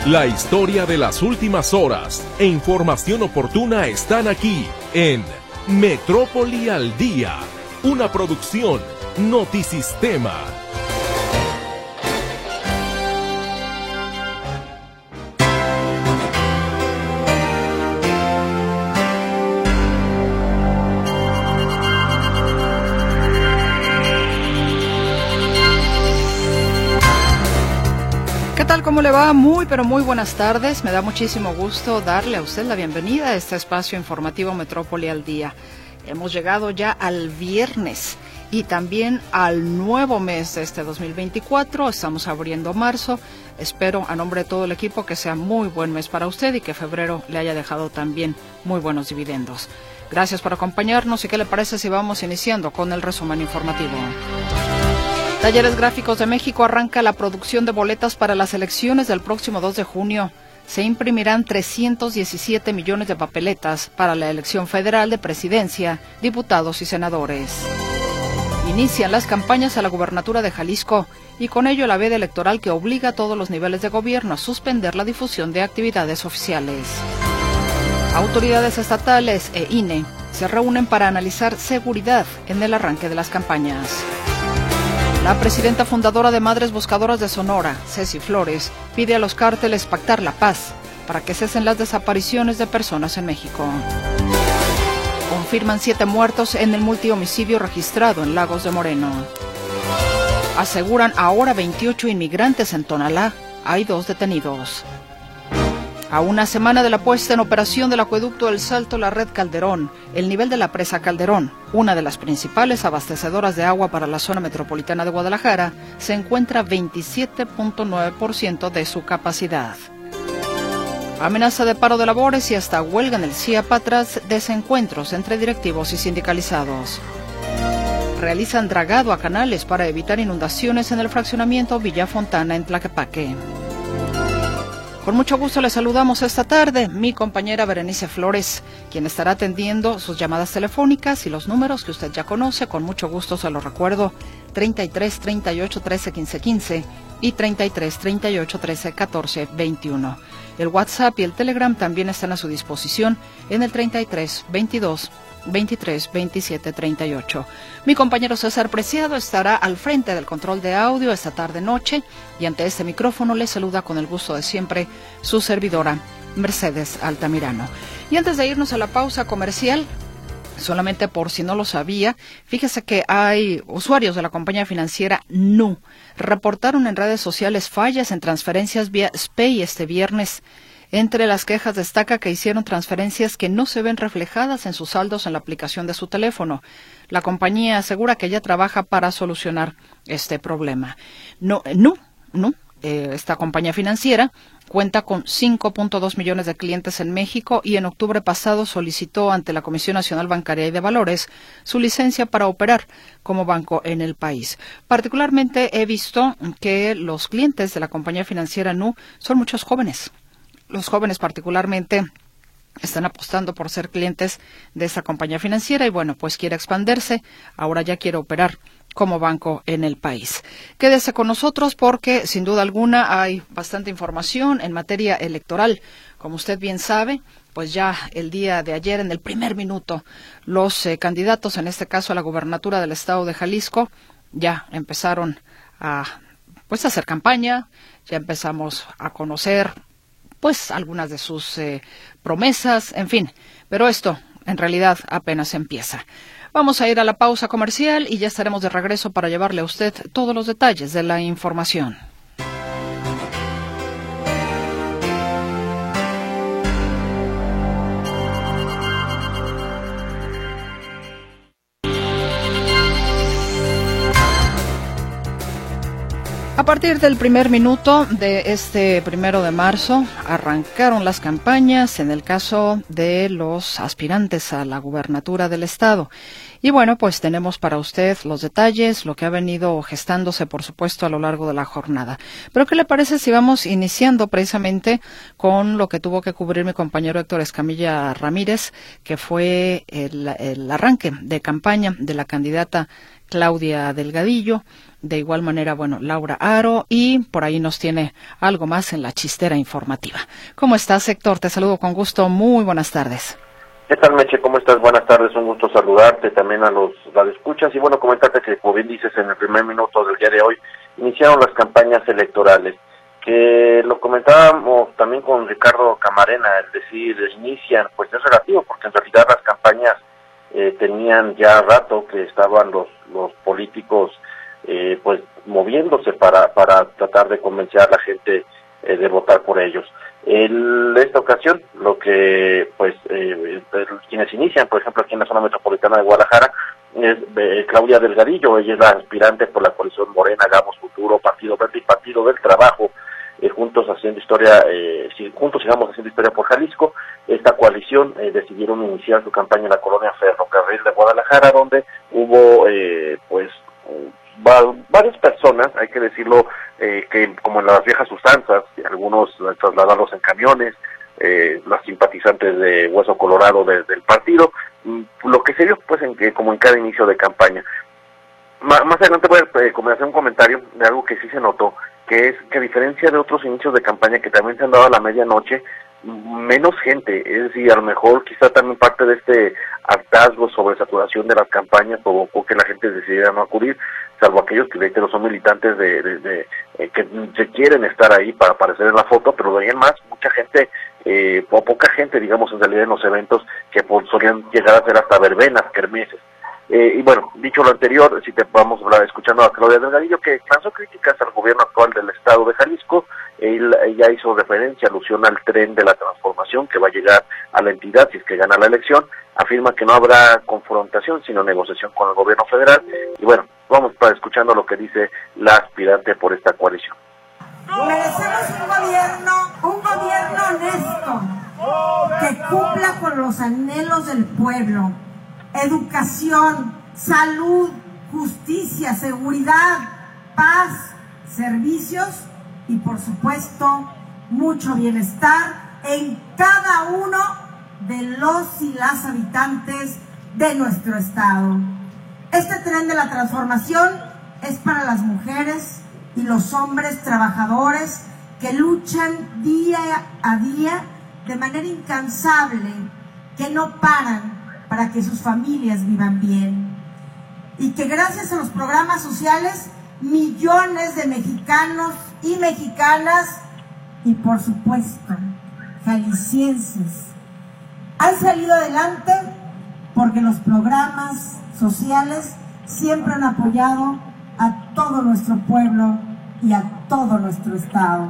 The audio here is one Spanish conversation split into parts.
La historia de las últimas horas e información oportuna están aquí en Metrópoli al Día, una producción Notisistema. ¿Cómo le va? Muy, pero muy buenas tardes. Me da muchísimo gusto darle a usted la bienvenida a este espacio informativo Metrópoli al Día. Hemos llegado ya al viernes y también al nuevo mes de este 2024. Estamos abriendo marzo. Espero, a nombre de todo el equipo, que sea muy buen mes para usted y que febrero le haya dejado también muy buenos dividendos. Gracias por acompañarnos y ¿qué le parece si vamos iniciando con el resumen informativo? Talleres Gráficos de México arranca la producción de boletas para las elecciones del próximo 2 de junio. Se imprimirán 317 millones de papeletas para la elección federal de presidencia, diputados y senadores. Inician las campañas a la gubernatura de Jalisco y con ello la veda electoral que obliga a todos los niveles de gobierno a suspender la difusión de actividades oficiales. Autoridades estatales e INE se reúnen para analizar seguridad en el arranque de las campañas. La presidenta fundadora de Madres Buscadoras de Sonora, Ceci Flores, pide a los cárteles pactar la paz para que cesen las desapariciones de personas en México. Confirman 7 muertos en el multihomicidio registrado en Lagos de Moreno. Aseguran ahora 28 inmigrantes en Tonalá. Hay 2 detenidos. A una semana de la puesta en operación del acueducto El Salto, la red Calderón, el nivel de la presa Calderón, una de las principales abastecedoras de agua para la zona metropolitana de Guadalajara, se encuentra 27.9% de su capacidad. Amenaza de paro de labores y hasta huelga en el CIAPA tras desencuentros entre directivos y sindicalizados. Realizan dragado a canales para evitar inundaciones en el fraccionamiento Villa Fontana en Tlaquepaque. Con mucho gusto le saludamos esta tarde, mi compañera Berenice Flores, quien estará atendiendo sus llamadas telefónicas y los números que usted ya conoce. Con mucho gusto se los recuerdo, 33 38 13 15 15 y 33 38 13 14 21. El WhatsApp y el Telegram también están a su disposición en el 33 22 23 27 38. Mi compañero César Preciado estará al frente del control de audio esta tarde-noche y ante este micrófono le saluda con el gusto de siempre su servidora Mercedes Altamirano. Y antes de irnos a la pausa comercial, solamente por si no lo sabía, fíjese que hay usuarios de la compañía financiera Nu reportaron en redes sociales fallas en transferencias vía SPEI este viernes. Entre las quejas destaca que hicieron transferencias que no se ven reflejadas en sus saldos en la aplicación de su teléfono. La compañía asegura que ya trabaja para solucionar este problema. Esta compañía financiera cuenta con 5.2 millones de clientes en México y en octubre pasado solicitó ante la Comisión Nacional Bancaria y de Valores su licencia para operar como banco en el país. Particularmente he visto que los clientes de la compañía financiera Nu son muchos jóvenes. Los jóvenes particularmente están apostando por ser clientes de esta compañía financiera y bueno, pues quiere expandirse, ahora ya quiere operar como banco en el país. Quédese con nosotros porque sin duda alguna hay bastante información en materia electoral. Como usted bien sabe, pues ya el día de ayer en el primer minuto los candidatos, en este caso a la gubernatura del estado de Jalisco, ya empezaron a hacer campaña, ya empezamos a conocer pues algunas de sus promesas, en fin, pero esto en realidad apenas empieza. Vamos a ir a la pausa comercial y ya estaremos de regreso para llevarle a usted todos los detalles de la información. A partir del primer minuto de este 1 de marzo arrancaron las campañas en el caso de los aspirantes a la gubernatura del estado. Y bueno, pues tenemos para usted los detalles, lo que ha venido gestándose, por supuesto, a lo largo de la jornada. Pero ¿qué le parece si vamos iniciando precisamente con lo que tuvo que cubrir mi compañero Héctor Escamilla Ramírez, que fue el arranque de campaña de la candidata Claudia Delgadillo, De igual manera, bueno, Laura Haro, y por ahí nos tiene algo más en la chistera informativa. ¿Cómo estás, Héctor? Te saludo con gusto. Muy buenas tardes. ¿Qué tal, Meche? ¿Cómo estás? Buenas tardes, un gusto saludarte, también a los radioescuchas, y bueno, comentarte que, como bien dices, en el primer minuto del día de hoy, iniciaron las campañas electorales, que lo comentábamos también con Ricardo Camarena, es decir, inician, pues es relativo, porque en realidad las campañas tenían ya rato que estaban los políticos pues moviéndose para tratar de convencer a la gente de votar por ellos. En esta ocasión, lo que pues quienes inician, por ejemplo, aquí en la zona metropolitana de Guadalajara, es Claudia Delgadillo. Ella es la aspirante por la coalición Morena, Hagamos Futuro, Partido Verde y Partido del Trabajo, juntos haciendo historia, juntos sigamos haciendo historia por Jalisco. Esta coalición decidieron iniciar su campaña en la colonia Ferrocarril de Guadalajara, donde hubo varias personas, hay que decirlo, que como en las viejas usanzas, algunos trasladados en camiones, las simpatizantes de Hueso Colorado del partido, lo que se dio pues como en cada inicio de campaña. Más adelante voy a hacer un comentario de algo que sí se notó, que es que a diferencia de otros inicios de campaña que también se han dado a la medianoche, menos gente, es decir, a lo mejor quizá también parte de este hartazgo sobre saturación de las campañas provocó que la gente decidiera no acudir, salvo aquellos que reitero son militantes que se quieren estar ahí para aparecer en la foto, pero de ahí en más, mucha gente, o poca gente, digamos, en realidad en los eventos que solían llegar a ser hasta verbenas, kermeses. Y bueno, dicho lo anterior, si te vamos a hablar escuchando a Claudia Delgadillo, que lanzó críticas al gobierno actual del estado de Jalisco. Ella hizo referencia, alusión al tren de la transformación que va a llegar a la entidad si es que gana la elección. Afirma que no habrá confrontación, sino negociación con el gobierno federal. Y bueno, vamos para escuchando lo que dice la aspirante por esta coalición. Merecemos un gobierno honesto, que cumpla con los anhelos del pueblo. Educación, salud, justicia, seguridad, paz, servicios y, por supuesto, mucho bienestar en cada uno de los y las habitantes de nuestro estado. Este tren de la transformación es para las mujeres y los hombres trabajadores que luchan día a día de manera incansable, que no paran para que sus familias vivan bien, y que gracias a los programas sociales millones de mexicanos y mexicanas y por supuesto jaliscienses han salido adelante porque los programas sociales siempre han apoyado a todo nuestro pueblo y a todo nuestro estado.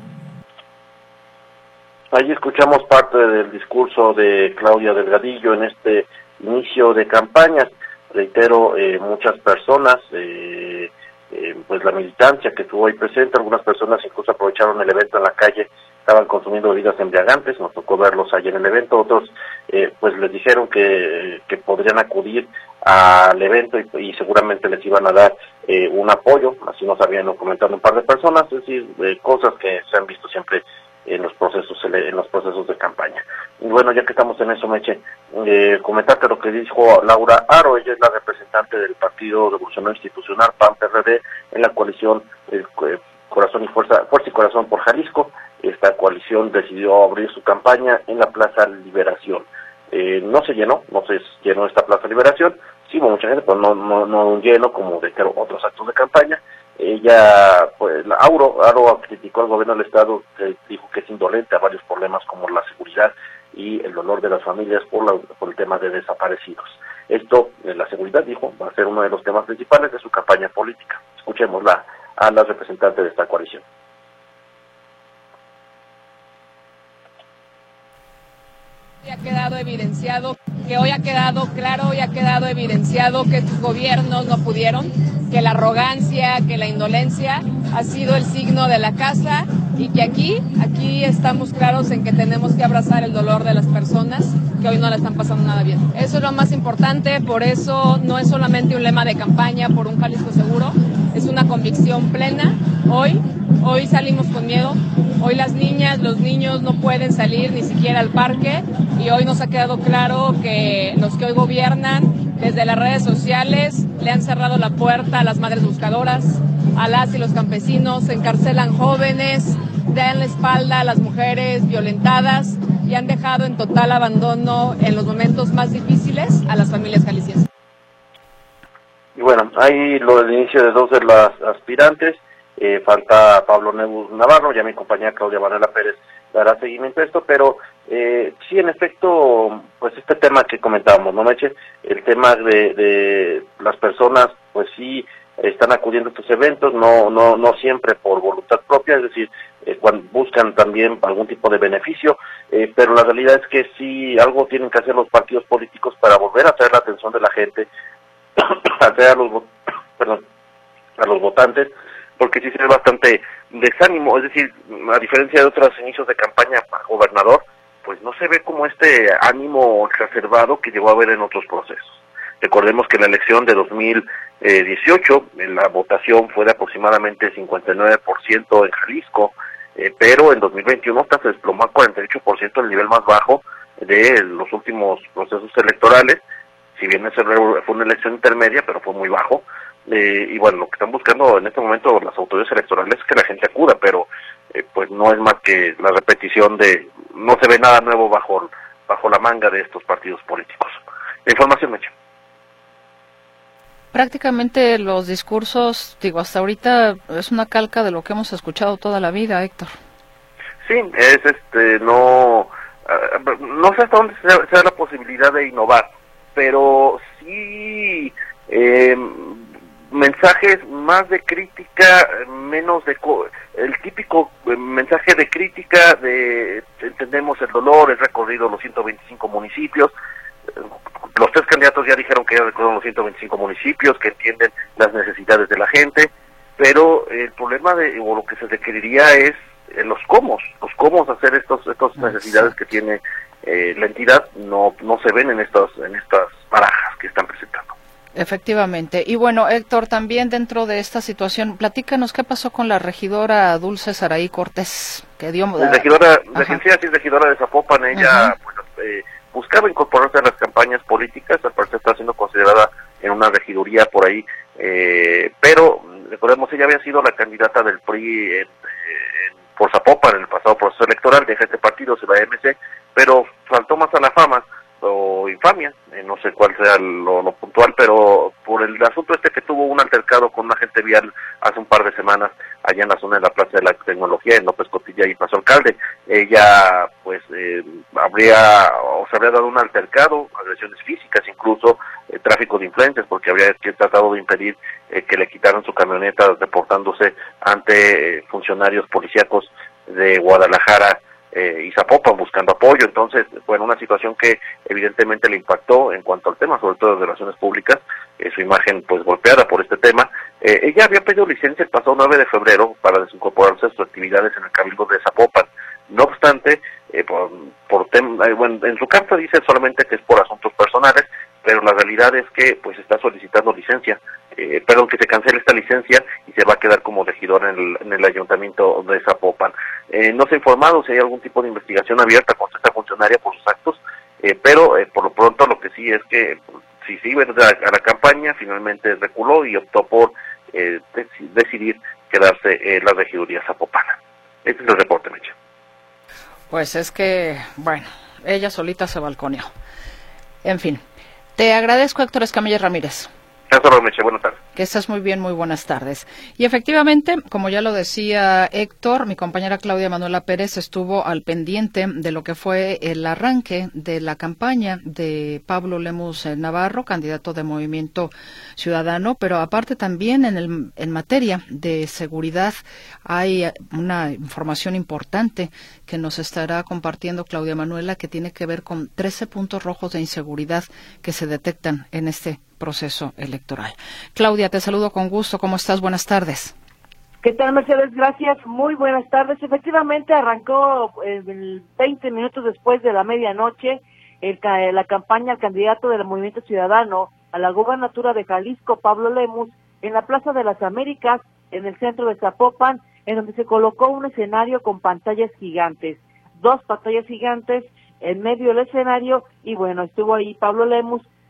Ahí escuchamos parte del discurso de Claudia Delgadillo en este inicio de campañas. Reitero, muchas personas, pues la militancia que estuvo ahí presente, algunas personas incluso aprovecharon el evento en la calle, estaban consumiendo bebidas embriagantes, nos tocó verlos ahí en el evento. Otros pues les dijeron que podrían acudir al evento y seguramente les iban a dar un apoyo, así nos habían comentado un par de personas, es decir, cosas que se han visto siempre en los procesos de campaña. Y bueno, ya que estamos en eso, Meche, comentarte lo que dijo Laura Haro. Ella es la representante del Partido Revolucionario Institucional PAN-PRD en la coalición Corazón y Fuerza y Corazón por Jalisco. Esta coalición decidió abrir su campaña en la Plaza Liberación. No se llenó esta Plaza Liberación, sí hubo mucha gente, pero no un lleno como de otros actos de campaña. Ella, pues, Haro criticó al gobierno del estado, que dijo que es indolente a varios problemas como la seguridad y el dolor de las familias por el tema de desaparecidos. Esto, la seguridad, dijo, va a ser uno de los temas principales de su campaña política. Escuchémosla a la representante de esta coalición. Ha quedado evidenciado, que hoy ha quedado claro y ha quedado evidenciado que sus gobiernos no pudieron, que la arrogancia, que la indolencia ha sido el signo de la casa y que aquí estamos claros en que tenemos que abrazar el dolor de las personas que hoy no la están pasando nada bien. Eso es lo más importante, por eso no es solamente un lema de campaña por un Jalisco seguro, es una convicción plena. Hoy salimos con miedo, hoy las niñas, los niños no pueden salir ni siquiera al parque y hoy nos ha quedado claro que los que hoy gobiernan desde las redes sociales le han cerrado la puerta a las madres buscadoras, a las y los campesinos, encarcelan jóvenes, dan la espalda a las mujeres violentadas y han dejado en total abandono en los momentos más difíciles a las familias jaliscienses. Y bueno, ahí lo del inicio de 2 de las aspirantes, falta Pablo Lemus Navarro, ya mi compañera Claudia Manuela Pérez dará seguimiento a esto, pero sí, en efecto, pues este tema que comentábamos, ¿no, Meche? El tema de las personas, pues sí, están acudiendo a estos eventos, no siempre por voluntad propia, es decir, cuando buscan también algún tipo de beneficio, pero la realidad es que sí, algo tienen que hacer los partidos políticos para volver a atraer la atención de la gente, atraer a los votantes, porque sí se ve bastante desánimo, es decir, a diferencia de otros inicios de campaña para gobernador, pues no se ve como este ánimo exacerbado que llegó a haber en otros procesos. Recordemos que en la elección de 2018, la votación fue de aproximadamente 59% en Jalisco, pero en 2021 hasta se desplomó al 48%, el nivel más bajo de los últimos procesos electorales, si bien fue una elección intermedia, pero fue muy bajo. Y bueno, lo que están buscando en este momento las autoridades electorales es que la gente acuda, pero pues no es más que la repetición no se ve nada nuevo bajo la manga de estos partidos políticos. La información, Mecha. Prácticamente los discursos, hasta ahorita es una calca de lo que hemos escuchado toda la vida, Héctor. Sí, es no sé hasta dónde sea la posibilidad de innovar, pero sí mensajes más de crítica, menos el típico mensaje de crítica entendemos el dolor, el recorrido los 125 municipios. Los 3 candidatos ya dijeron que ya recorrieron los 125 municipios, que entienden las necesidades de la gente, pero el problema o lo que se requeriría es los cómo hacer estas necesidades que tiene la entidad, no se ven en estas barajas que están presentando. Efectivamente. Y bueno, Héctor, también dentro de esta situación, platícanos qué pasó con la regidora Dulce Saraí Cortés, que dio... regidora de Zapopan, ella buscaba incorporarse a las campañas políticas, al parecer está siendo considerada en una regiduría por ahí, pero recordemos, ella había sido la candidata del PRI por Zapopan en el pasado proceso electoral, deja este partido, se va a MC, pero saltó más a la fama o infamia, no sé cuál sea lo puntual, pero por el asunto que tuvo un altercado con un agente vial hace un par de semanas allá en la zona de la Plaza de la Tecnología, en López Cotilla y Paso Alcalde. Ella pues se habría dado un altercado, agresiones físicas incluso, tráfico de influencias, porque habría tratado de impedir que le quitaran su camioneta reportándose ante funcionarios policíacos de Guadalajara y Zapopan buscando apoyo. Entonces, bueno, una situación que evidentemente le impactó en cuanto al tema, sobre todo de relaciones públicas, su imagen pues golpeada por este tema. Ella había pedido licencia el pasado 9 de febrero para desincorporarse a sus actividades en el Cabildo de Zapopan. No obstante, en su carta dice solamente que es por asuntos personales, pero la realidad es que pues está solicitando licencia, que se cancele esta licencia y se va a quedar como regidor en el ayuntamiento de Zapopan. No se ha informado si hay algún tipo de investigación abierta contra esta funcionaria por sus actos, pero por lo pronto lo que sí es que si se iba a la campaña, finalmente reculó y optó por decidir quedarse en la regiduría zapopana. Este es el reporte, Mecha. Pues es que, bueno, ella solita se balconeó. En fin, te agradezco, Héctor Escamilla Ramírez. Buenas tardes. Que estés muy bien, muy buenas tardes. Y efectivamente, como ya lo decía Héctor, mi compañera Claudia Manuela Pérez estuvo al pendiente de lo que fue el arranque de la campaña de Pablo Lemus Navarro, candidato de Movimiento Ciudadano, pero aparte también en materia de seguridad hay una información importante que nos estará compartiendo Claudia Manuela, que tiene que ver con 13 puntos rojos de inseguridad que se detectan en este proceso electoral. Claudia, te saludo con gusto. ¿Cómo estás? Buenas tardes. ¿Qué tal, Mercedes? Gracias. Muy buenas tardes. Efectivamente, arrancó 20 minutos después de la medianoche la campaña al candidato del Movimiento Ciudadano a la gobernatura de Jalisco, Pablo Lemus, en la Plaza de las Américas, en el centro de Zapopan, en donde se colocó un escenario con pantallas gigantes. 2 pantallas gigantes en medio del escenario y bueno, estuvo ahí Pablo Lemus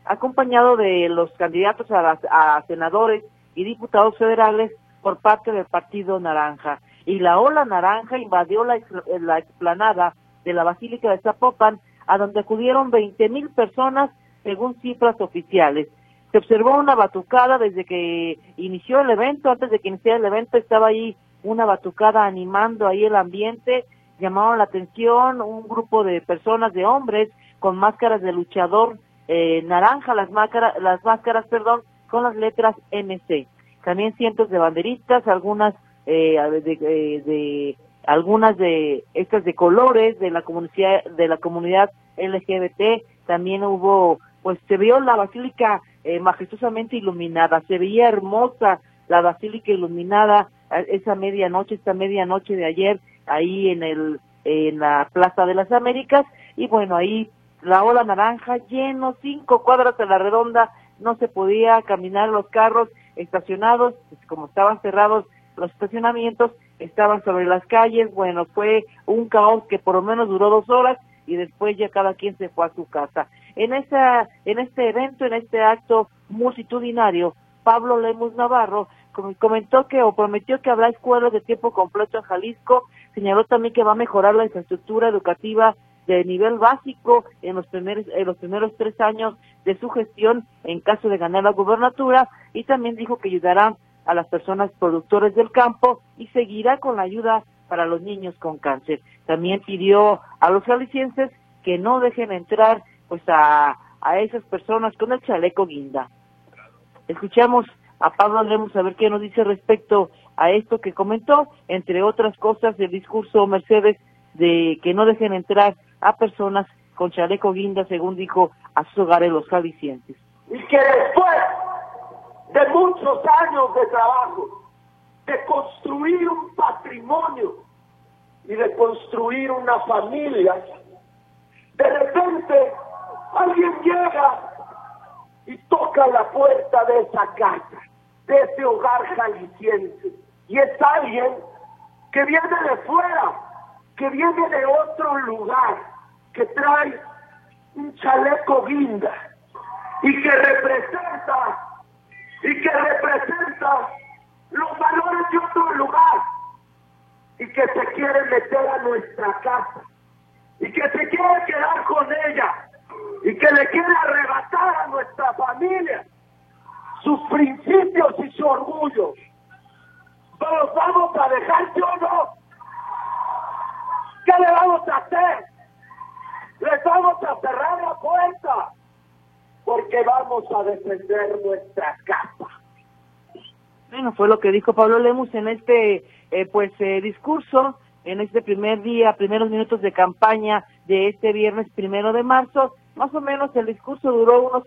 acompañado de los candidatos a senadores y diputados federales por parte del Partido Naranja. Y la ola naranja invadió la explanada de la Basílica de Zapopan, a donde acudieron 20,000 personas, según cifras oficiales. Se observó una batucada desde que inició el evento. Antes de que iniciara el evento estaba ahí una batucada animando ahí el ambiente. Llamaron la atención un grupo de personas, de hombres, con máscaras de luchador naranja, las máscaras, con las letras MC. También cientos de banderitas, algunas algunas de estas de colores de la comunidad LGBT. También hubo, pues se vio la basílica majestuosamente iluminada, se veía hermosa la basílica iluminada esta medianoche de ayer, ahí en la Plaza de las Américas. Y bueno, ahí la ola naranja lleno, 5 cuadras a la redonda, no se podía caminar, los carros estacionados, como estaban cerrados los estacionamientos, estaban sobre las calles. Bueno, fue un caos que por lo menos duró 2 horas y después ya cada quien se fue a su casa. En este evento, en este acto multitudinario, Pablo Lemus Navarro prometió que habrá escuelas de tiempo completo en Jalisco. Señaló también que va a mejorar la infraestructura educativa de nivel básico en los primeros 3 años de su gestión en caso de ganar la gubernatura, y también dijo que ayudará a las personas productores del campo y seguirá con la ayuda para los niños con cáncer. También pidió a los jaliscienses que no dejen entrar pues a esas personas con el chaleco guinda. Escuchamos a Pablo Lemus a ver qué nos dice respecto a esto que comentó, entre otras cosas, el discurso, Mercedes, de que no dejen entrar a personas con chaleco guinda, según dijo, a sus hogares los jaliscienses. Y que después de muchos años de trabajo, de construir un patrimonio y de construir una familia, de repente alguien llega y toca la puerta de esa casa, de ese hogar jalisciense, y es alguien que viene de fuera, que viene de otro lugar, que trae un chaleco guinda y que representa los valores de otro lugar, y que se quiere meter a nuestra casa y que se quiere quedar con ella y que le quiere arrebatar a nuestra familia sus principios y su orgullo. ¿Los vamos a dejar, sí o no? ¿Qué le vamos a hacer? Les vamos a cerrar la puerta, porque vamos a defender nuestra casa. Bueno, fue lo que dijo Pablo Lemus en este discurso, en este primeros minutos de campaña de este viernes 1 de marzo. Más o menos el discurso duró unos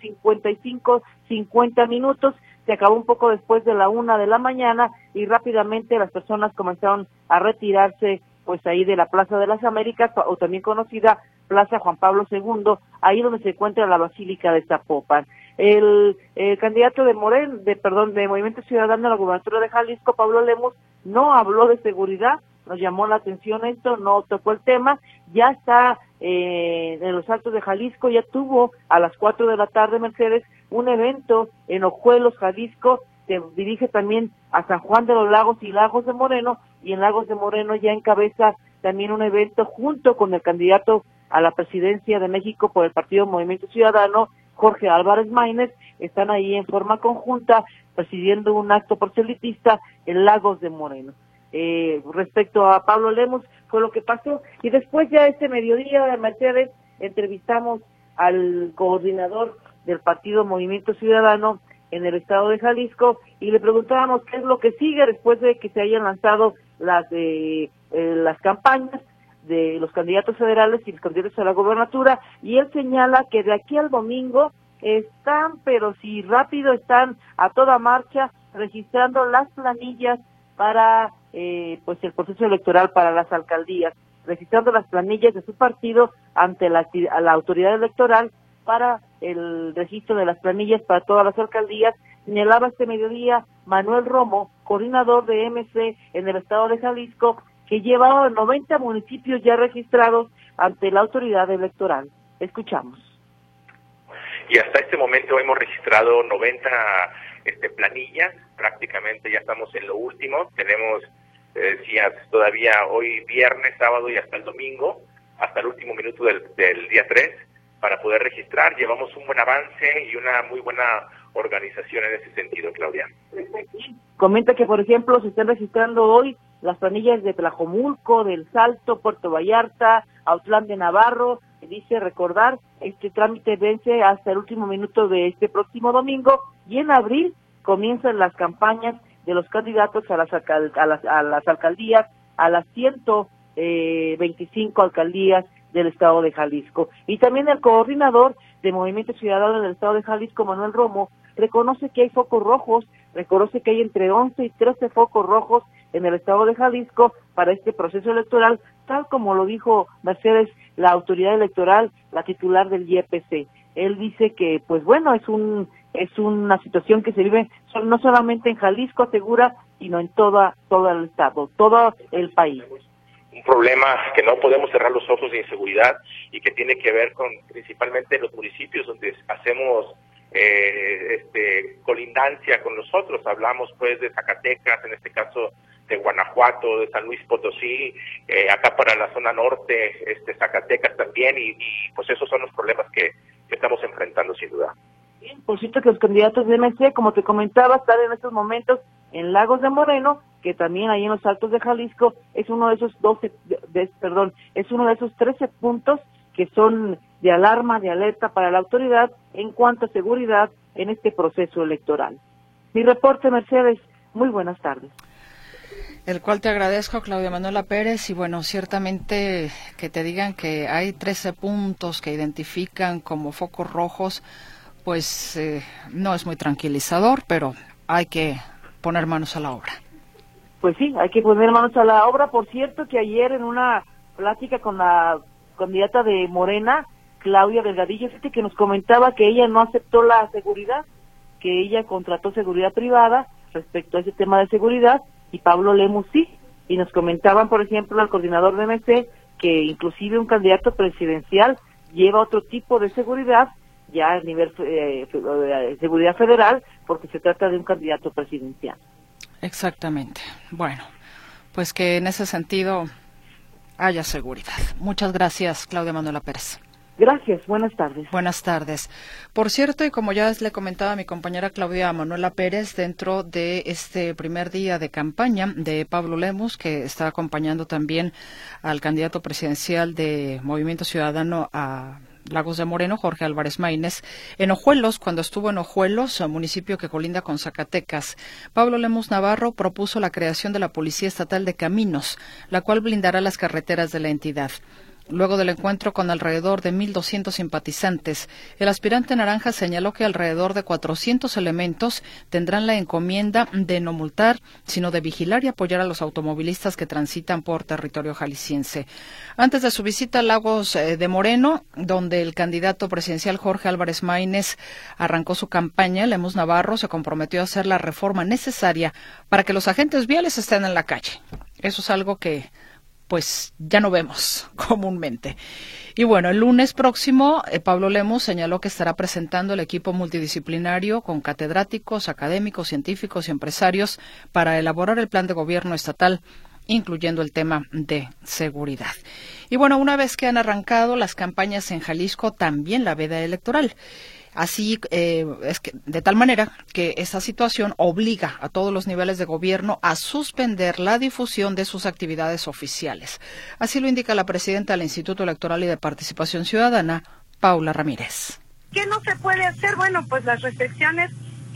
50 minutos, se acabó un poco después de la 1 de la mañana y rápidamente las personas comenzaron a retirarse pues ahí de la Plaza de las Américas, o también conocida Plaza Juan Pablo II, ahí donde se encuentra la Basílica de Zapopan. El candidato de Movimiento Ciudadano a la gubernatura de Jalisco, Pablo Lemus, no habló de seguridad, nos llamó la atención esto, no tocó el tema. Ya está en los Altos de Jalisco, ya tuvo a las 4 de la tarde, Mercedes, un evento en Ojuelos, Jalisco. Se dirige también a San Juan de los Lagos y Lagos de Moreno, y en Lagos de Moreno ya encabeza también un evento junto con el candidato a la presidencia de México por el partido Movimiento Ciudadano, Jorge Álvarez Maínez. Están ahí en forma conjunta presidiendo un acto proselitista en Lagos de Moreno. Respecto a Pablo Lemus, fue lo que pasó. Y después, ya este mediodía, de Mercedes, entrevistamos al coordinador del partido Movimiento Ciudadano en el estado de Jalisco y le preguntábamos qué es lo que sigue después de que se hayan lanzado las campañas de los candidatos federales y los candidatos a la gobernatura, y él señala que de aquí al domingo están, pero si rápido, están a toda marcha registrando las planillas para el proceso electoral para las alcaldías, registrando las planillas de su partido ante la autoridad electoral para el registro de las planillas para todas las alcaldías. Señalaba este mediodía Manuel Romo, coordinador de MC en el estado de Jalisco, que lleva 90 municipios ya registrados ante la autoridad electoral. Escuchamos. y hasta este momento hemos registrado 90 planillas, prácticamente ya estamos en lo último, tenemos, decías, todavía hoy viernes, sábado y hasta el domingo, hasta el último minuto del día 3, para poder registrar. Llevamos un buen avance y una muy buena organización en ese sentido, Claudia. Comenta que, por ejemplo, se están registrando hoy las planillas de Tlajomulco, del Salto, Puerto Vallarta, Autlán de Navarro. Dice recordar, este trámite vence hasta el último minuto de este próximo domingo, y en abril comienzan las campañas de los candidatos a las alcaldías, a las 125 alcaldías del estado de Jalisco. Y también el coordinador de Movimiento Ciudadano del estado de Jalisco, Manuel Romo, reconoce que hay focos rojos, reconoce que hay entre 11 y 13 focos rojos en el estado de Jalisco para este proceso electoral, tal como lo dijo Mercedes, la autoridad electoral, la titular del YPC. Él dice que, pues bueno, es una situación que se vive no solamente en Jalisco, asegura, sino en todo el estado, todo el país. Un problema que no podemos cerrar los ojos de inseguridad y que tiene que ver con principalmente los municipios donde hacemos colindancia con los otros. Hablamos pues de Zacatecas, en este caso de Guanajuato, de San Luis Potosí, acá para la zona norte, Zacatecas también, y pues esos son los problemas que estamos enfrentando sin duda. Bien, por cierto que los candidatos de MC, como te comentaba, están en estos momentos en Lagos de Moreno, que también ahí en los Altos de Jalisco es uno de esos 13 puntos que son de alarma, de alerta para la autoridad en cuanto a seguridad en este proceso electoral. Mi reporte, Mercedes, muy buenas tardes. El cual te agradezco, Claudia Manuela Pérez, y bueno, ciertamente que te digan que hay 13 puntos que identifican como focos rojos, pues no es muy tranquilizador, pero hay que poner manos a la obra. Pues sí, hay que poner manos a la obra. Por cierto, que ayer en una plática con la candidata de Morena, Claudia Delgadillo, que nos comentaba que ella no aceptó la seguridad, que ella contrató seguridad privada respecto a ese tema de seguridad, y Pablo Lemus sí, y nos comentaban, por ejemplo, al coordinador de MC, que inclusive un candidato presidencial lleva otro tipo de seguridad, ya a nivel de seguridad federal, porque se trata de un candidato presidencial. Exactamente. Bueno, pues que en ese sentido haya seguridad. Muchas gracias, Claudia Manuela Pérez. Gracias, buenas tardes. Buenas tardes. Por cierto, y como ya le comentaba a mi compañera Claudia Manuela Pérez, dentro de este primer día de campaña de Pablo Lemus, que está acompañando también al candidato presidencial de Movimiento Ciudadano a Lagos de Moreno, Jorge Álvarez Maínez, en Ojuelos, cuando estuvo en Ojuelos, municipio que colinda con Zacatecas, Pablo Lemus Navarro propuso la creación de la Policía Estatal de Caminos, la cual blindará las carreteras de la entidad. Luego del encuentro con alrededor de 1,200 simpatizantes, el aspirante naranja señaló que alrededor de 400 elementos tendrán la encomienda de no multar, sino de vigilar y apoyar a los automovilistas que transitan por territorio jalisciense. Antes de su visita a Lagos de Moreno, donde el candidato presidencial Jorge Álvarez Maínez arrancó su campaña, Lemus Navarro se comprometió a hacer la reforma necesaria para que los agentes viales estén en la calle. Eso es algo que pues ya no vemos comúnmente. Y bueno, el lunes próximo, Pablo Lemus señaló que estará presentando el equipo multidisciplinario con catedráticos, académicos, científicos y empresarios para elaborar el plan de gobierno estatal, incluyendo el tema de seguridad. Y bueno, una vez que han arrancado las campañas en Jalisco, también la veda electoral. Así es que de tal manera que esta situación obliga a todos los niveles de gobierno a suspender la difusión de sus actividades oficiales. Así lo indica la presidenta del Instituto Electoral y de Participación Ciudadana, Paula Ramírez. ¿Qué no se puede hacer? Bueno, pues las restricciones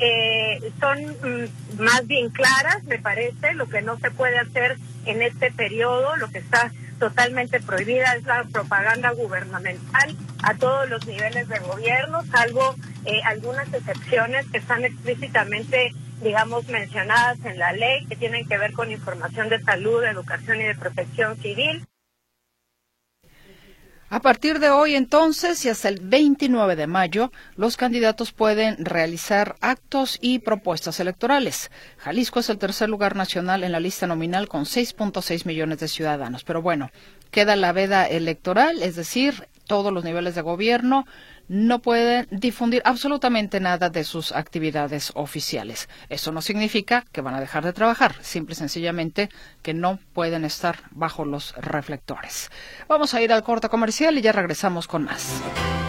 son más bien claras, me parece. Lo que no se puede hacer en este periodo, lo que está totalmente prohibida es la propaganda gubernamental a todos los niveles de gobierno, salvo algunas excepciones que están explícitamente, digamos, mencionadas en la ley, que tienen que ver con información de salud, de educación y de protección civil. A partir de hoy, entonces, y hasta el 29 de mayo, los candidatos pueden realizar actos y propuestas electorales. Jalisco es el tercer lugar nacional en la lista nominal con 6.6 millones de ciudadanos. Pero bueno, queda la veda electoral, es decir, todos los niveles de gobierno no pueden difundir absolutamente nada de sus actividades oficiales. Eso no significa que van a dejar de trabajar, simple y sencillamente que no pueden estar bajo los reflectores. Vamos a ir al corte comercial y ya regresamos con más.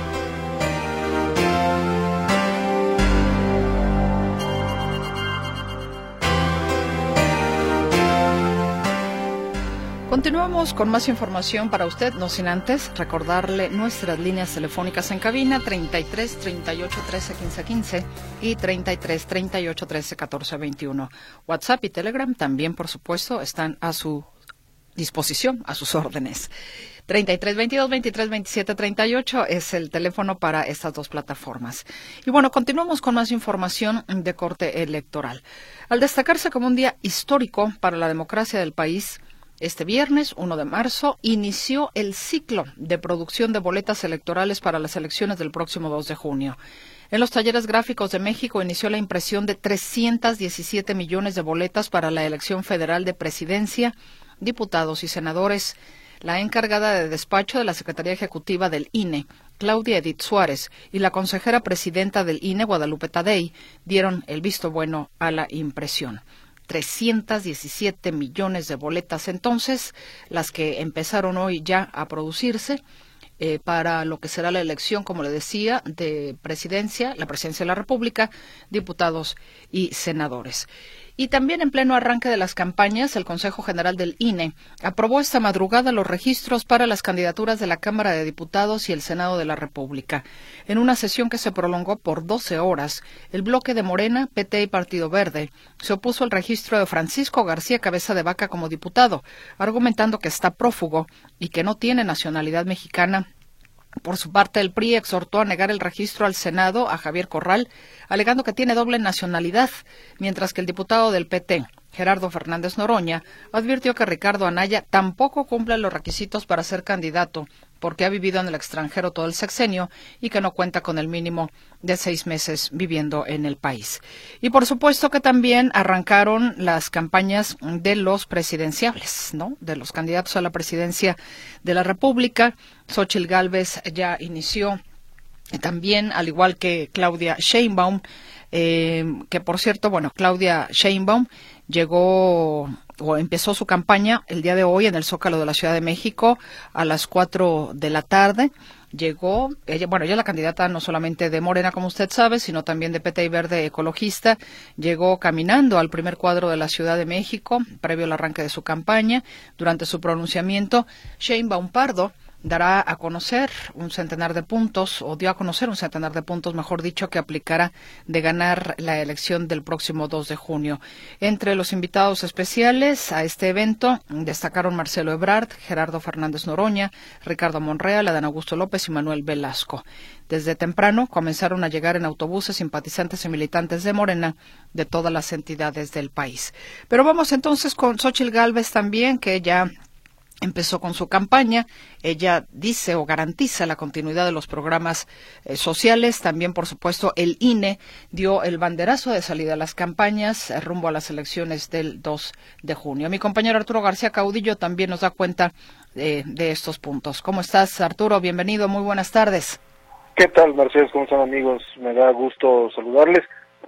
Continuamos con más información para usted, no sin antes recordarle nuestras líneas telefónicas en cabina 33 38 13 15 15 y 33 38 13 14 21. WhatsApp y Telegram también, por supuesto, están a su disposición, a sus órdenes. 33 22 23 27 38 es el teléfono para estas dos plataformas. Y bueno, continuamos con más información de corte electoral. Al destacarse como un día histórico para la democracia del país, este viernes, 1 de marzo, inició el ciclo de producción de boletas electorales para las elecciones del próximo 2 de junio. En los talleres gráficos de México inició la impresión de 317 millones de boletas para la elección federal de presidencia, diputados y senadores. La encargada de despacho de la Secretaría Ejecutiva del INE, Claudia Edith Suárez, y la consejera presidenta del INE, Guadalupe Tadei, dieron el visto bueno a la impresión. 317 millones de boletas entonces, las que empezaron hoy ya a producirse para lo que será la elección, como le decía, de presidencia, la presidencia de la República, diputados y senadores. Y también en pleno arranque de las campañas, el Consejo General del INE aprobó esta madrugada los registros para las candidaturas de la Cámara de Diputados y el Senado de la República. En una sesión que se prolongó por 12 horas, el bloque de Morena, PT y Partido Verde se opuso al registro de Francisco García Cabeza de Vaca como diputado, argumentando que está prófugo y que no tiene nacionalidad mexicana. Por su parte, el PRI exhortó a negar el registro al Senado a Javier Corral, alegando que tiene doble nacionalidad, mientras que el diputado del PT, Gerardo Fernández Noroña, advirtió que Ricardo Anaya tampoco cumple los requisitos para ser candidato, porque ha vivido en el extranjero todo el sexenio y que no cuenta con el mínimo de 6 meses viviendo en el país. Y por supuesto que también arrancaron las campañas de los presidenciables, ¿no? De los candidatos a la presidencia de la República. Xóchitl Gálvez ya inició también, al igual que Claudia Sheinbaum, que por cierto, bueno, Claudia Sheinbaum llegó o empezó su campaña el día de hoy en el Zócalo de la Ciudad de México a las 4 de la tarde. Llegó, ella es la candidata no solamente de Morena, como usted sabe, sino también de PT y Verde Ecologista. Llegó caminando al primer cuadro de la Ciudad de México, previo al arranque de su campaña. Durante su pronunciamiento, Sheinbaum Pardo dará a conocer un centenar de puntos, o dio a conocer un centenar de puntos, mejor dicho, que aplicará de ganar la elección del próximo 2 de junio. Entre los invitados especiales a este evento destacaron Marcelo Ebrard, Gerardo Fernández Noroña, Ricardo Monreal, Adán Augusto López y Manuel Velasco. Desde temprano comenzaron a llegar en autobuses simpatizantes y militantes de Morena de todas las entidades del país. Pero vamos entonces con Xóchitl Gálvez también, que ya empezó con su campaña. Ella dice o garantiza la continuidad de los programas sociales. También, por supuesto, el INE dio el banderazo de salida a las campañas rumbo a las elecciones del 2 de junio. Mi compañero Arturo García Caudillo también nos da cuenta de estos puntos. ¿Cómo estás, Arturo? Bienvenido, muy buenas tardes. ¿Qué tal, Mercedes? ¿Cómo están, amigos? Me da gusto saludarles.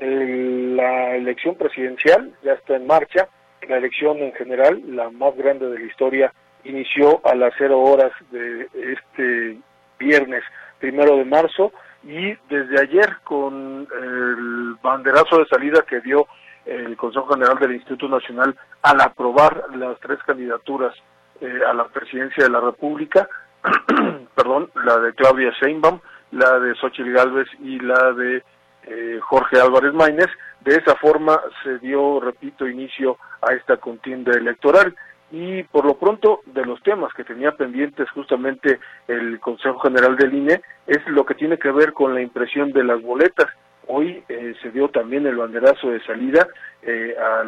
La elección presidencial ya está en marcha. La elección en general, la más grande de la historia, inició a las 0 horas de este viernes 1 de marzo y desde ayer con el banderazo de salida que dio el Consejo General del Instituto Nacional al aprobar las 3 candidaturas a la presidencia de la República, perdón, la de Claudia Sheinbaum, la de Xóchitl Gálvez y la de Jorge Álvarez Maínez. De esa forma se dio, repito, inicio a esta contienda electoral. Y por lo pronto, de los temas que tenía pendientes justamente el Consejo General del INE, es lo que tiene que ver con la impresión de las boletas. Hoy se dio también el banderazo de salida a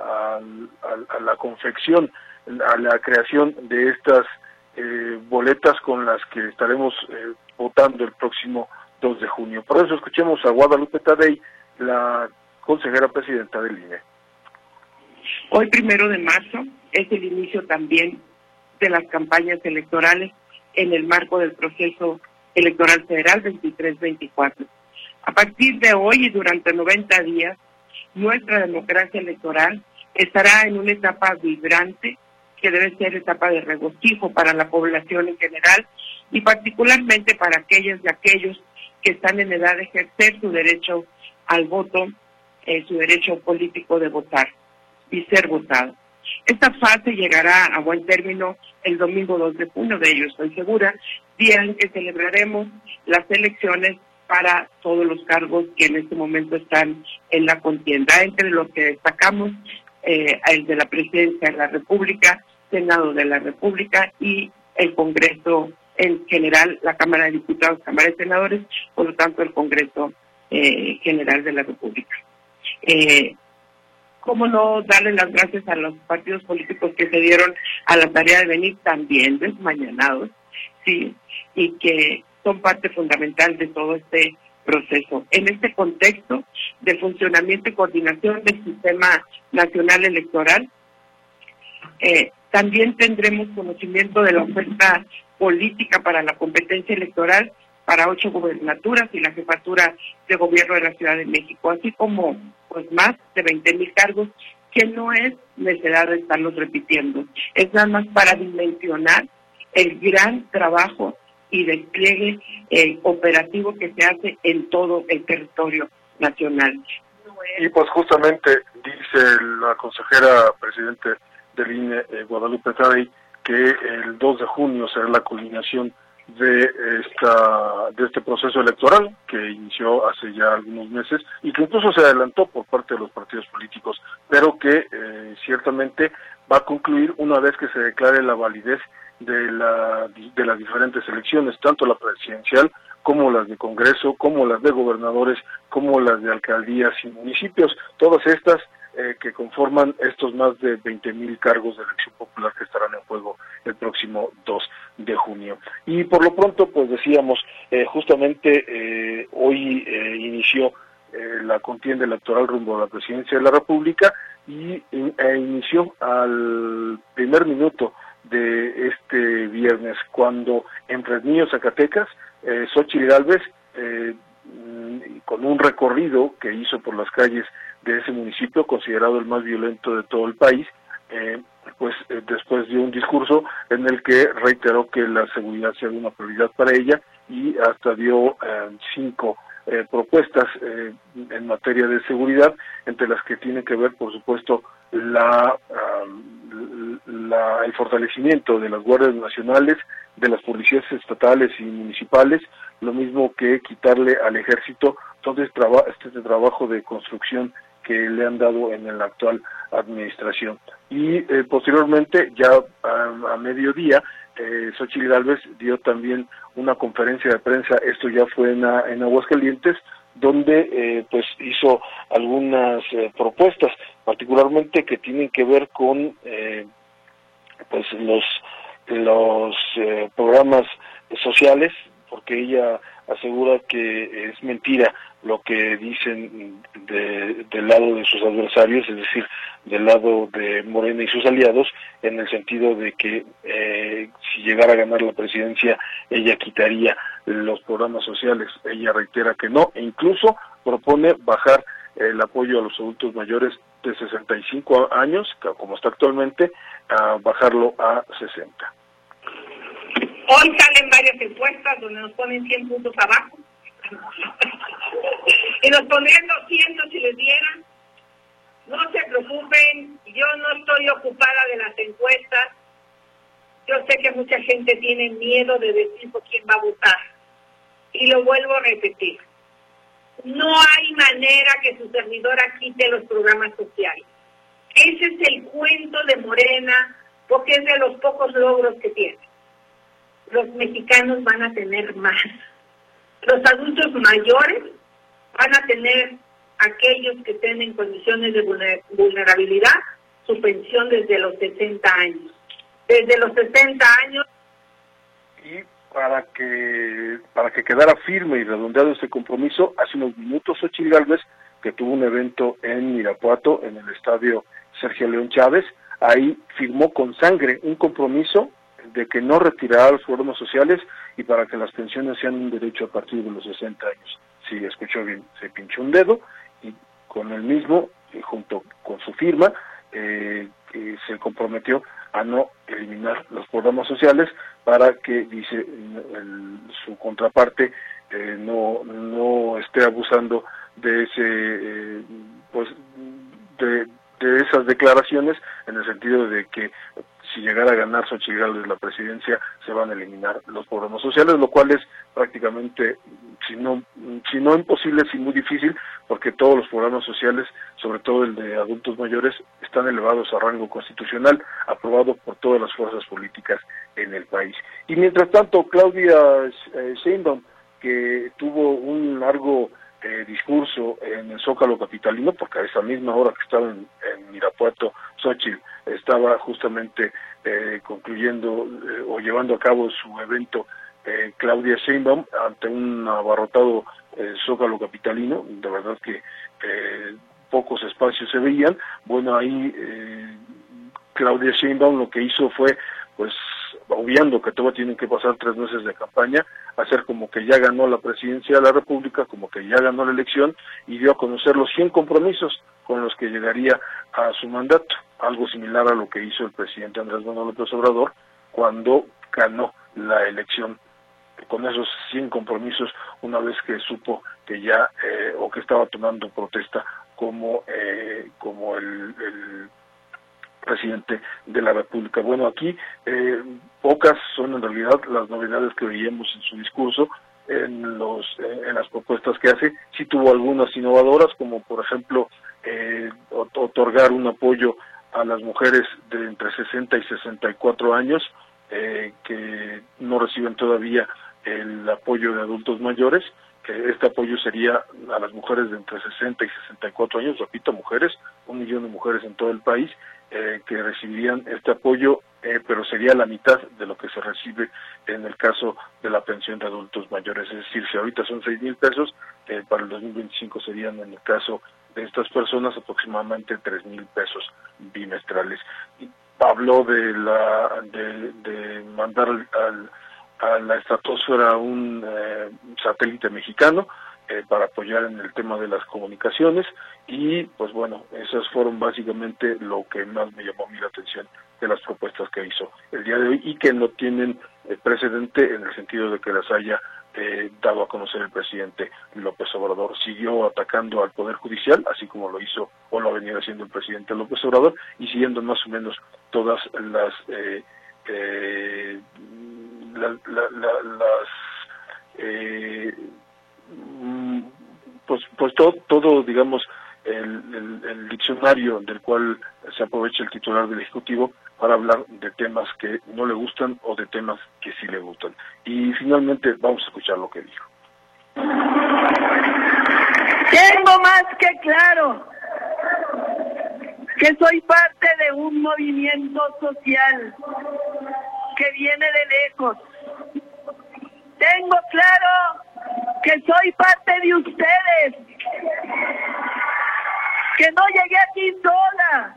la confección, a la creación de estas boletas con las que estaremos votando el próximo 2 de junio. Por eso escuchemos a Guadalupe Tadei, la consejera presidenta del INE. Hoy 1 de marzo es el inicio también de las campañas electorales en el marco del proceso electoral federal 23-24. A partir de hoy y durante 90 días, nuestra democracia electoral estará en una etapa vibrante, que debe ser etapa de regocijo para la población en general y particularmente para aquellas y aquellos que están en edad de ejercer su derecho al voto, su derecho político de votar y ser votado. Esta fase llegará a buen término el domingo 2 de junio, de ello estoy segura, día en que celebraremos las elecciones para todos los cargos que en este momento están en la contienda, entre los que destacamos el de la Presidencia de la República, Senado de la República y el Congreso en general, la Cámara de Diputados, Cámara de Senadores, por lo tanto el Congreso General de la República. ¿Cómo no darle las gracias a los partidos políticos que se dieron a la tarea de venir también desmañanados, sí, y que son parte fundamental de todo este proceso? En este contexto de funcionamiento y coordinación del Sistema Nacional Electoral, también tendremos conocimiento de la oferta política para la competencia electoral para 8 gubernaturas y la jefatura de gobierno de la Ciudad de México, así como pues más de 20,000 cargos, que no es necesidad de estarlos repitiendo, es nada más para dimensionar el gran trabajo y despliegue operativo que se hace en todo el territorio nacional. Y pues justamente dice la consejera presidente del INE, Guadalupe Tadei, que el 2 de junio será la culminación de este proceso electoral que inició hace ya algunos meses y que incluso se adelantó por parte de los partidos políticos, pero que ciertamente va a concluir una vez que se declare la validez de las diferentes elecciones, tanto la presidencial como las de Congreso, como las de gobernadores, como las de alcaldías y municipios, todas estas que conforman estos más de 20,000 cargos de elección popular que estarán en juego el próximo 2 de junio. Y por lo pronto, pues decíamos, justamente hoy inició la contienda electoral rumbo a la presidencia de la República y inició al primer minuto de este viernes, cuando en Fresnillo, Zacatecas, Xóchitl Gálvez, con un recorrido que hizo por las calles de ese municipio, considerado el más violento de todo el país, después dio un discurso en el que reiteró que la seguridad sea una prioridad para ella y hasta dio 5 propuestas en materia de seguridad, entre las que tiene que ver, por supuesto, el fortalecimiento de las guardias nacionales, de las policías estatales y municipales, lo mismo que quitarle al ejército todo este trabajo de construcción que le han dado en la actual administración. Y posteriormente, ya a mediodía, Xóchitl Gálvez dio también una conferencia de prensa, esto ya fue en Aguascalientes, donde hizo algunas propuestas, particularmente que tienen que ver con los programas sociales, porque ella asegura que es mentira lo que dicen del lado de sus adversarios, es decir, del lado de Morena y sus aliados, en el sentido de que si llegara a ganar la presidencia, ella quitaría los programas sociales. Ella reitera que no, e incluso propone bajar el apoyo a los adultos mayores de 65 años, como está actualmente, a bajarlo a 60. Hoy salen varias encuestas donde nos ponen 100 puntos abajo y nos pondrían 200 si les dieran. No se preocupen, yo no estoy ocupada de las encuestas. Yo sé que mucha gente tiene miedo de decir por quién va a votar. Y lo vuelvo a repetir. No hay manera que su servidora quite los programas sociales. Ese es el cuento de Morena, porque es de los pocos logros que tiene. Los mexicanos van a tener más. Los adultos mayores van a tener, aquellos que estén en condiciones de vulnerabilidad, su pensión desde los 60 años. Desde los 60 años. Y para que quedara firme y redondeado este compromiso, hace unos minutos Xóchitl Gálvez, que tuvo un evento en Irapuato, en el estadio Sergio León Chávez, ahí firmó con sangre un compromiso de que no retirará los programas sociales y para que las pensiones sean un derecho a partir de los 60 años. Sí, escuchó bien, se pinchó un dedo y con el mismo, junto con su firma, se comprometió a no eliminar los programas sociales para que, dice su contraparte, no esté abusando de ese de esas declaraciones, en el sentido de que si llegara a ganar Xochitl Gálvez la presidencia se van a eliminar los programas sociales, lo cual es prácticamente, si no imposible, sí muy difícil, porque todos los programas sociales, sobre todo el de adultos mayores, están elevados a rango constitucional, aprobado por todas las fuerzas políticas en el país. Y mientras tanto, Claudia Sheinbaum, que tuvo un largo discurso en el Zócalo capitalino, porque a esa misma hora que estaba en Irapuato, Xochitl estaba justamente concluyendo o llevando a cabo su evento, Claudia Sheinbaum, ante un abarrotado Zócalo capitalino. De verdad que pocos espacios se veían. Bueno, ahí Claudia Sheinbaum lo que hizo fue, pues, obviando que todavía tienen que pasar 3 meses de campaña, hacer como que ya ganó la presidencia de la República, como que ya ganó la elección, y dio a conocer los 100 compromisos con los que llegaría a su mandato, algo similar a lo que hizo el presidente Andrés Manuel López Obrador cuando ganó la elección, con esos 100 compromisos, una vez que supo que ya, o que estaba tomando protesta como el presidente de la República. Bueno, aquí pocas son en realidad las novedades que veíamos en su discurso, en las propuestas que hace. Sí tuvo algunas innovadoras, como por ejemplo otorgar un apoyo a las mujeres de entre 60 y 64 años que no reciben todavía el apoyo de adultos mayores. Este apoyo sería a las mujeres de entre 60 y 64 años, repito, mujeres, 1 millón de mujeres en todo el país, que recibirían este apoyo, pero sería la mitad de lo que se recibe en el caso de la pensión de adultos mayores. Es decir, si ahorita son 6,000 pesos, para el 2025 serían, en el caso de estas personas, aproximadamente 3,000 pesos bimestrales. Y habló de mandar a la estratosfera un satélite mexicano para apoyar en el tema de las comunicaciones, y pues bueno, esas fueron básicamente lo que más me llamó a mí la atención de las propuestas que hizo el día de hoy, y que no tienen precedente en el sentido de que las haya dado a conocer el presidente López Obrador. Siguió atacando al Poder Judicial, así como lo hizo o lo ha venido haciendo el presidente López Obrador, y siguiendo más o menos todas las pues todo digamos el diccionario del cual se aprovecha el titular del Ejecutivo para hablar de temas que no le gustan o de temas que sí le gustan. Y finalmente vamos a escuchar lo que dijo. Tengo más que claro que soy parte de un movimiento social que viene de lejos. Tengo claro que soy parte de ustedes, que no llegué aquí sola,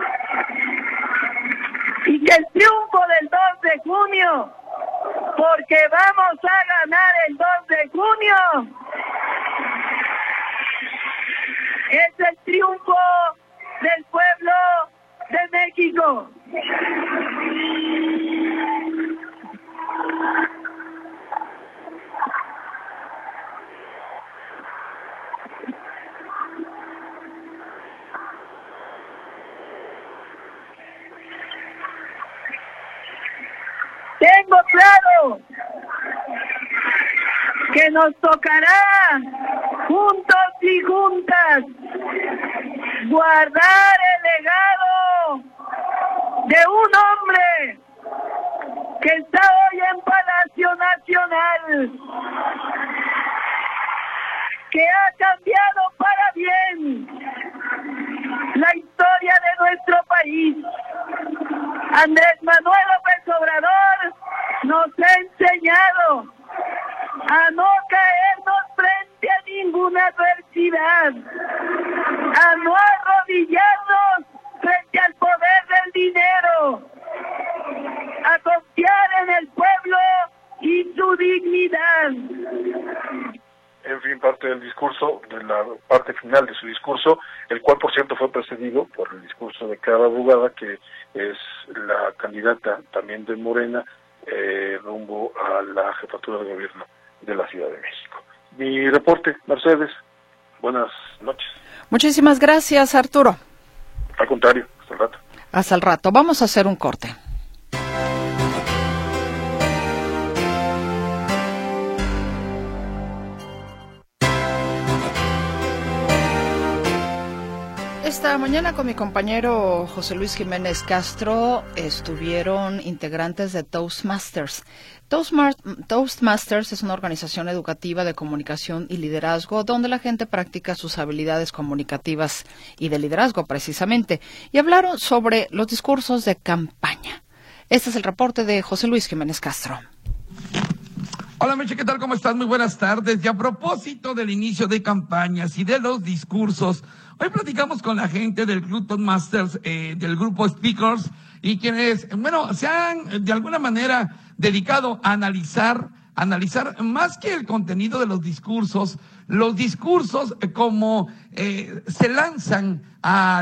y que el triunfo del 2 de junio, porque vamos a ganar el 2 de junio, es el triunfo del pueblo de México. Tengo claro que nos tocará, juntos y juntas, guardar el legado de un hombre que está hoy en Palacio Nacional, que ha cambiado para bien la historia de nuestro país. Andrés Manuel López Obrador nos ha enseñado a no caernos frente a ninguna adversidad, a no arrodillarnos frente al poder del dinero, a confiar dignidad. En fin, parte del discurso, de la parte final de su discurso, el cual, por cierto, fue precedido por el discurso de Clara Brugada, que es la candidata también de Morena, rumbo a la jefatura de gobierno de la Ciudad de México. Mi reporte, Mercedes. Buenas noches. Muchísimas gracias, Arturo. Al contrario, hasta el rato. Hasta el rato. Vamos a hacer un corte. Esta mañana con mi compañero José Luis Jiménez Castro estuvieron integrantes de Toastmasters. Toastmasters es una organización educativa de comunicación y liderazgo donde la gente practica sus habilidades comunicativas y de liderazgo precisamente. Y hablaron sobre los discursos de campaña. Este es el reporte de José Luis Jiménez Castro. Hola Meche, ¿qué tal? ¿Cómo estás? Muy buenas tardes. Y a propósito del inicio de campañas y de los discursos, hoy platicamos con la gente del Club Toastmasters, del grupo Speakers, y quienes, se han de alguna manera dedicado a analizar más que el contenido de los discursos como se lanzan a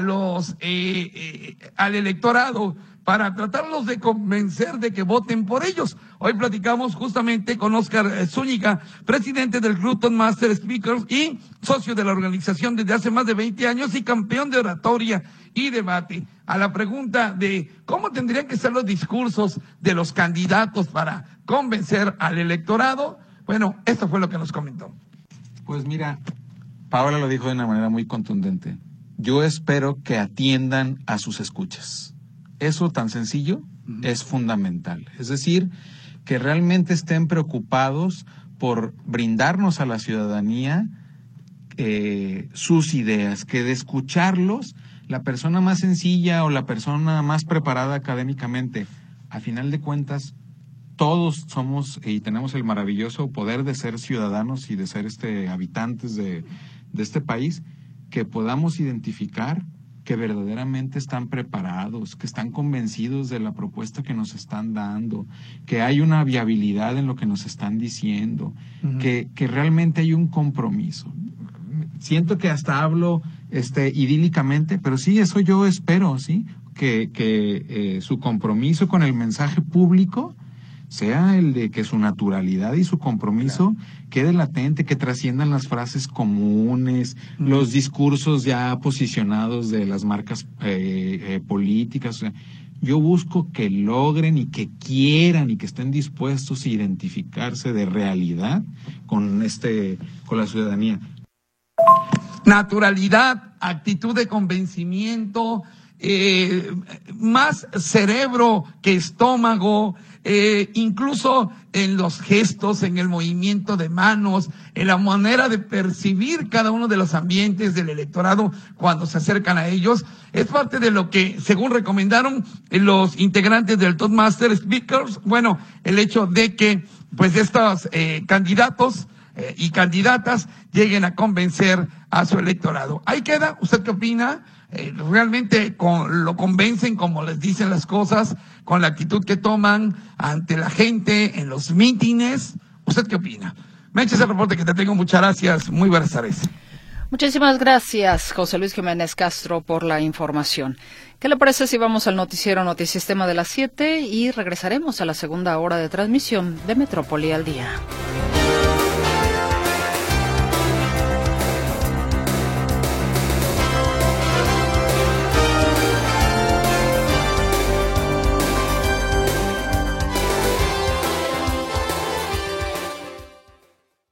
al electorado para tratarlos de convencer de que voten por ellos. Hoy platicamos justamente con Óscar Zúñiga, presidente del Club Toastmasters Speakers y socio de la organización desde hace más de 20 años y campeón de oratoria y debate. A la pregunta de cómo tendrían que ser los discursos de los candidatos para convencer al electorado, esto fue lo que nos comentó. Pues mira, Paola lo dijo de una manera muy contundente. Yo espero que atiendan a sus escuchas. Eso tan sencillo es fundamental. Es decir, que realmente estén preocupados por brindarnos a la ciudadanía sus ideas, que de escucharlos, la persona más sencilla o la persona más preparada académicamente, a final de cuentas, todos somos y tenemos el maravilloso poder de ser ciudadanos y de ser habitantes de este país, que podamos identificar que verdaderamente están preparados, que están convencidos de la propuesta que nos están dando, que hay una viabilidad en lo que nos están diciendo, que realmente hay un compromiso. Siento que hasta hablo idílicamente, pero sí, eso yo espero, ¿sí? Que su compromiso con el mensaje público sea el de que su naturalidad y su compromiso quede latente, que trasciendan las frases comunes, los discursos ya posicionados de las marcas políticas. O sea, yo busco que logren y que quieran y que estén dispuestos a identificarse de realidad con la ciudadanía. Naturalidad, actitud de convencimiento, más cerebro que estómago, incluso en los gestos, en el movimiento de manos, en la manera de percibir cada uno de los ambientes del electorado cuando se acercan a ellos. Es parte de lo que, según recomendaron los integrantes del Toastmasters Speakers, el hecho de que estos candidatos y candidatas lleguen a convencer a su electorado. Ahí queda. ¿Usted qué opina? ¿Realmente lo convencen como les dicen las cosas, con la actitud que toman ante la gente en los mítines? ¿Usted qué opina? Me echa ese reporte que te tengo. Muchas gracias. Muy buenas tardes. Muchísimas gracias, José Luis Jiménez Castro, por la información. ¿Qué le parece si vamos al noticiero Notisistema de las 7 y regresaremos a la segunda hora de transmisión de Metrópoli al Día?